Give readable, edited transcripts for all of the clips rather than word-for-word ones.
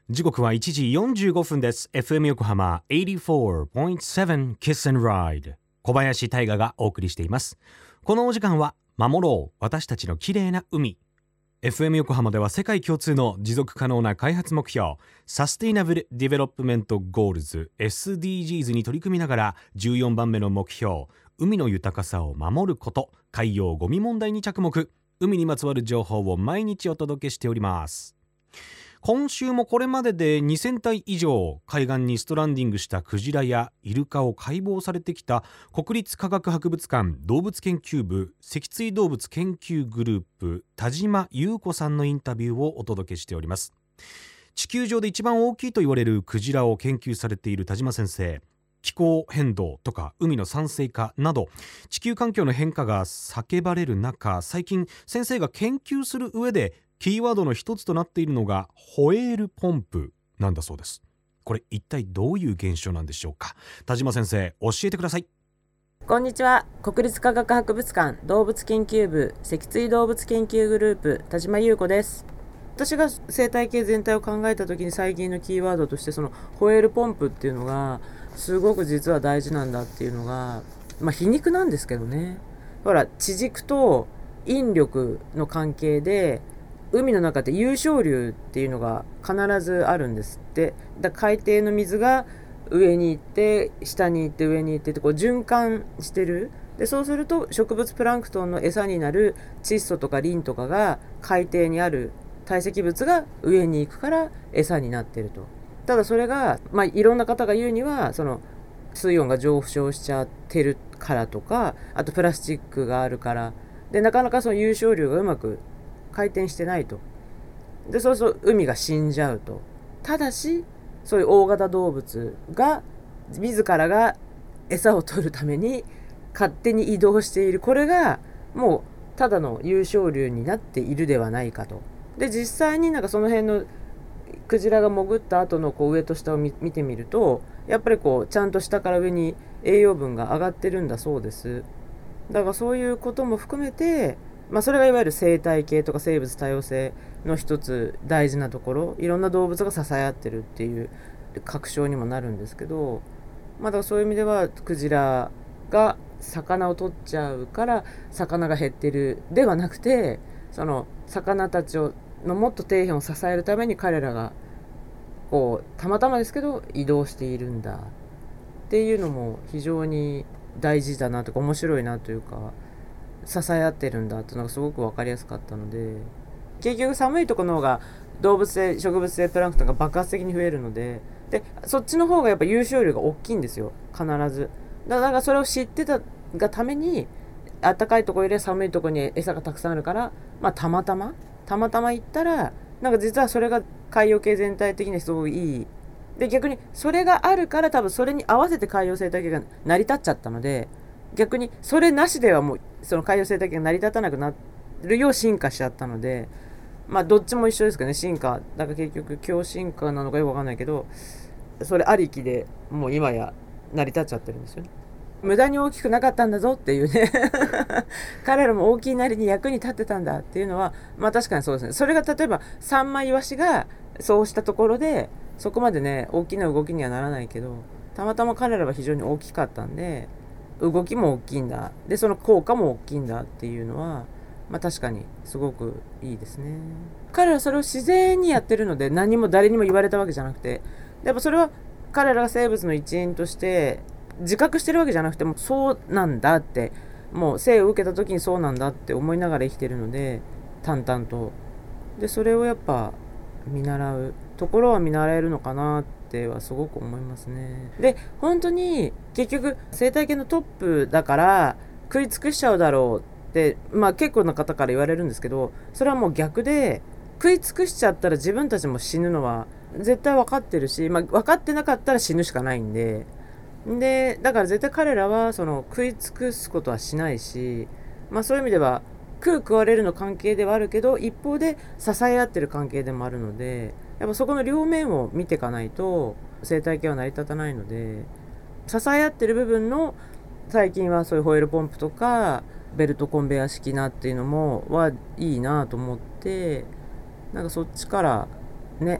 時刻は1時45分です。 FM 横浜 84.7 Kiss and Ride、 小林大賀がお送りしています。このお時間は守ろう私たちの綺麗な海。 FM 横浜では世界共通の持続可能な開発目標サステイナブルディベロップメントゴールズ SDGs に取り組みながら、14番目の目標海の豊かさを守ること、海洋ゴミ問題に着目。海にまつわる情報を毎日お届けしております。今週もこれまでで2000体以上海岸にストランディングしたクジラやイルカを解剖されてきた国立科学博物館動物研究部脊椎動物研究グループ田島優子さんのインタビューをお届けしております。地球上で一番大きいと言われるクジラを研究されている田島先生、気候変動とか海の酸性化など地球環境の変化が叫ばれる中、最近先生が研究する上でキーワードの一つとなっているのがホエールポンプなんだそうです。これ一体どういう現象なんでしょうか。田島先生、教えてください。 こんにちは。国立科学博物館動物研究部脊椎動物研究グループ田島優子です。私が生態系全体を考えた時に最近のキーワードとしてそのホエールポンプっていうのがすごく実は大事なんだっていうのが、皮肉なんですけどね。ほら、地軸と引力の関係で海の中って湧昇流っていうのが必ずあるんですって。だから海底の水が上に行って下に行って上に行ってってこう循環してる。でそうすると植物プランクトンの餌になる窒素とかリンとかが海底にある堆積物が上に行くから餌になってると。ただそれが、いろんな方が言うにはその水温が上昇しちゃってるからとか、あとプラスチックがあるからで、なかなかその湧昇流がうまく回転してないと。でそうすると海が死んじゃうと。ただしそういう大型動物が自らが餌を取るために勝手に移動している、これがもうただの湧昇流になっているではないかと。で実際にその辺のクジラが潜った後の上と下を見てみると、やっぱりちゃんと下から上に栄養分が上がってるんだそうです。だからそういうことも含めて、それがいわゆる生態系とか生物多様性の一つ大事なところ、いろんな動物が支え合ってるっていう確証にもなるんですけど、だからそういう意味ではクジラが魚を取っちゃうから魚が減ってるではなくて、その魚たちのもっと底辺を支えるために彼らがたまたまですけど移動しているんだっていうのも非常に大事だなとか面白いなというか、支え合ってるんだっていうのがすごく分かりやすかったので、結局寒いところの方が動物性植物性プランクトンが爆発的に増えるので、そっちの方がやっぱ湧昇量が大きいんですよ、必ず。だからそれを知ってたがために暖かいところより寒いところに餌がたくさんあるから、たまたま行ったら実はそれが海洋系全体的にすごくいいで、逆にそれがあるから多分それに合わせて海洋生態系が成り立っちゃったので、逆にそれなしではもうその海洋生態系が成り立たなくなるよう進化しちゃったので、どっちも一緒ですけどね、進化だから結局強進化なのかよく分かんないけど、それありきでもう今や成り立っちゃってるんですよね。無駄に大きくなかったんだぞっていうね彼らも大きいなりに役に立ってたんだっていうのは確かにそうですね。それが例えばサンマイワシがそうしたところでそこまでね大きな動きにはならないけど、たまたま彼らは非常に大きかったんで動きも大きいんだ、でその効果も大きいんだっていうのは確かにすごくいいですね。彼らはそれを自然にやってるので、何も誰にも言われたわけじゃなくて、やっぱそれは彼らが生物の一員として自覚してるわけじゃなくてもそうなんだって、もう生を受けた時にそうなんだって思いながら生きてるので、淡々と。でそれをやっぱ見習うところは見習えるのかなってはすごく思いますね。で本当に結局生態系のトップだから食い尽くしちゃうだろうって結構な方から言われるんですけど、それはもう逆で、食い尽くしちゃったら自分たちも死ぬのは絶対分かってるし、分かってなかったら死ぬしかないんで、だから絶対彼らはその食い尽くすことはしないし、そういう意味では食われるの関係ではあるけど、一方で支え合ってる関係でもあるので、やっぱそこの両面を見ていかないと生態系は成り立たないので、支え合ってる部分の最近はそういうホイールポンプとかベルトコンベヤ式なっていうのもはいいなと思って、そっちからね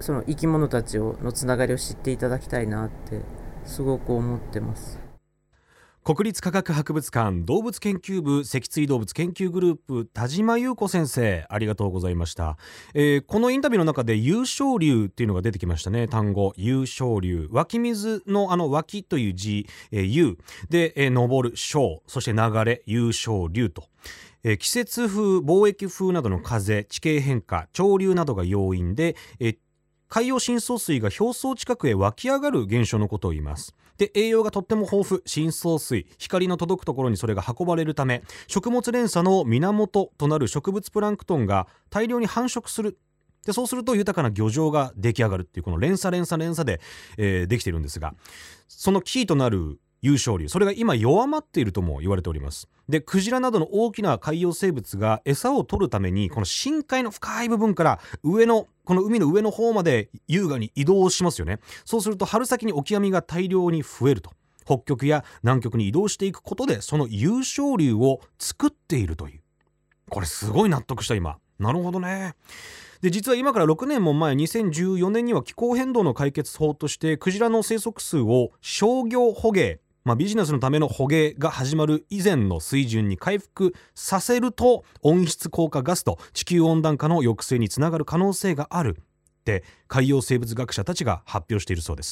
その生き物たちのつながりを知っていただきたいなってすごく思ってます。 国立科学博物館動物研究部脊椎動物研究グループ田島優子先生、ありがとうございました。このインタビューの中で湧昇流っていうのが出てきましたね。単語湧昇流、湧き水の湧きという字、湧で、昇る昇、そして流れ湧昇流と、季節風、貿易風などの風、地形変化、潮流などが要因で、海洋深層水が表層近くへ湧き上がる現象のことを言います。で、栄養がとっても豊富、深層水、光の届くところにそれが運ばれるため、食物連鎖の源となる植物プランクトンが大量に繁殖する。で、そうすると豊かな漁場が出来上がるっていう、この連鎖で、できているんですが、そのキーとなる湧昇流、それが今弱まっているとも言われております。で、クジラなどの大きな海洋生物が餌を取るためにこの深海の深い部分からこの海の上の方まで優雅に移動しますよね。そうすると春先にオキアミが大量に増えると、北極や南極に移動していくことでその湧昇流を作っているという、これすごい納得した今。なるほどね。で、実は今から6年も前、2014年には気候変動の解決法としてクジラの生息数を商業捕鯨、ビジネスのための捕鯨が始まる以前の水準に回復させると、温室効果ガスと地球温暖化の抑制につながる可能性があるって海洋生物学者たちが発表しているそうです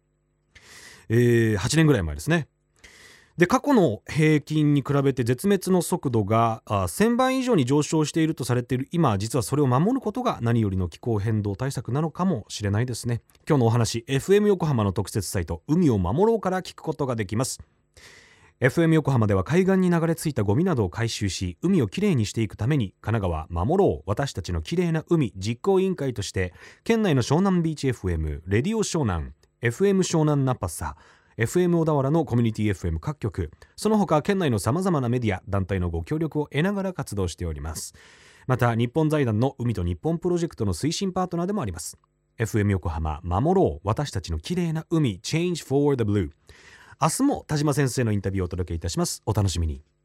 。8年ぐらい前ですね。で、過去の平均に比べて絶滅の速度が1000倍以上に上昇しているとされている今、実はそれを守ることが何よりの気候変動対策なのかもしれないですね。今日のお話、 FM 横浜の特設サイト海を守ろうから聞くことができます。 FM 横浜では海岸に流れ着いたゴミなどを回収し、海をきれいにしていくために、神奈川守ろう私たちのきれいな海実行委員会として、県内の湘南ビーチ FM、 レディオ湘南、 FM 湘南ナパサ、FM 小田原のコミュニティ FM 各局、その他県内のさまざまなメディア団体のご協力を得ながら活動しております。また日本財団の海と日本プロジェクトの推進パートナーでもあります。 FM 横浜守ろう私たちのきれいな海 Change for the Blue。 明日も田島先生のインタビューをお届けいたします。お楽しみに。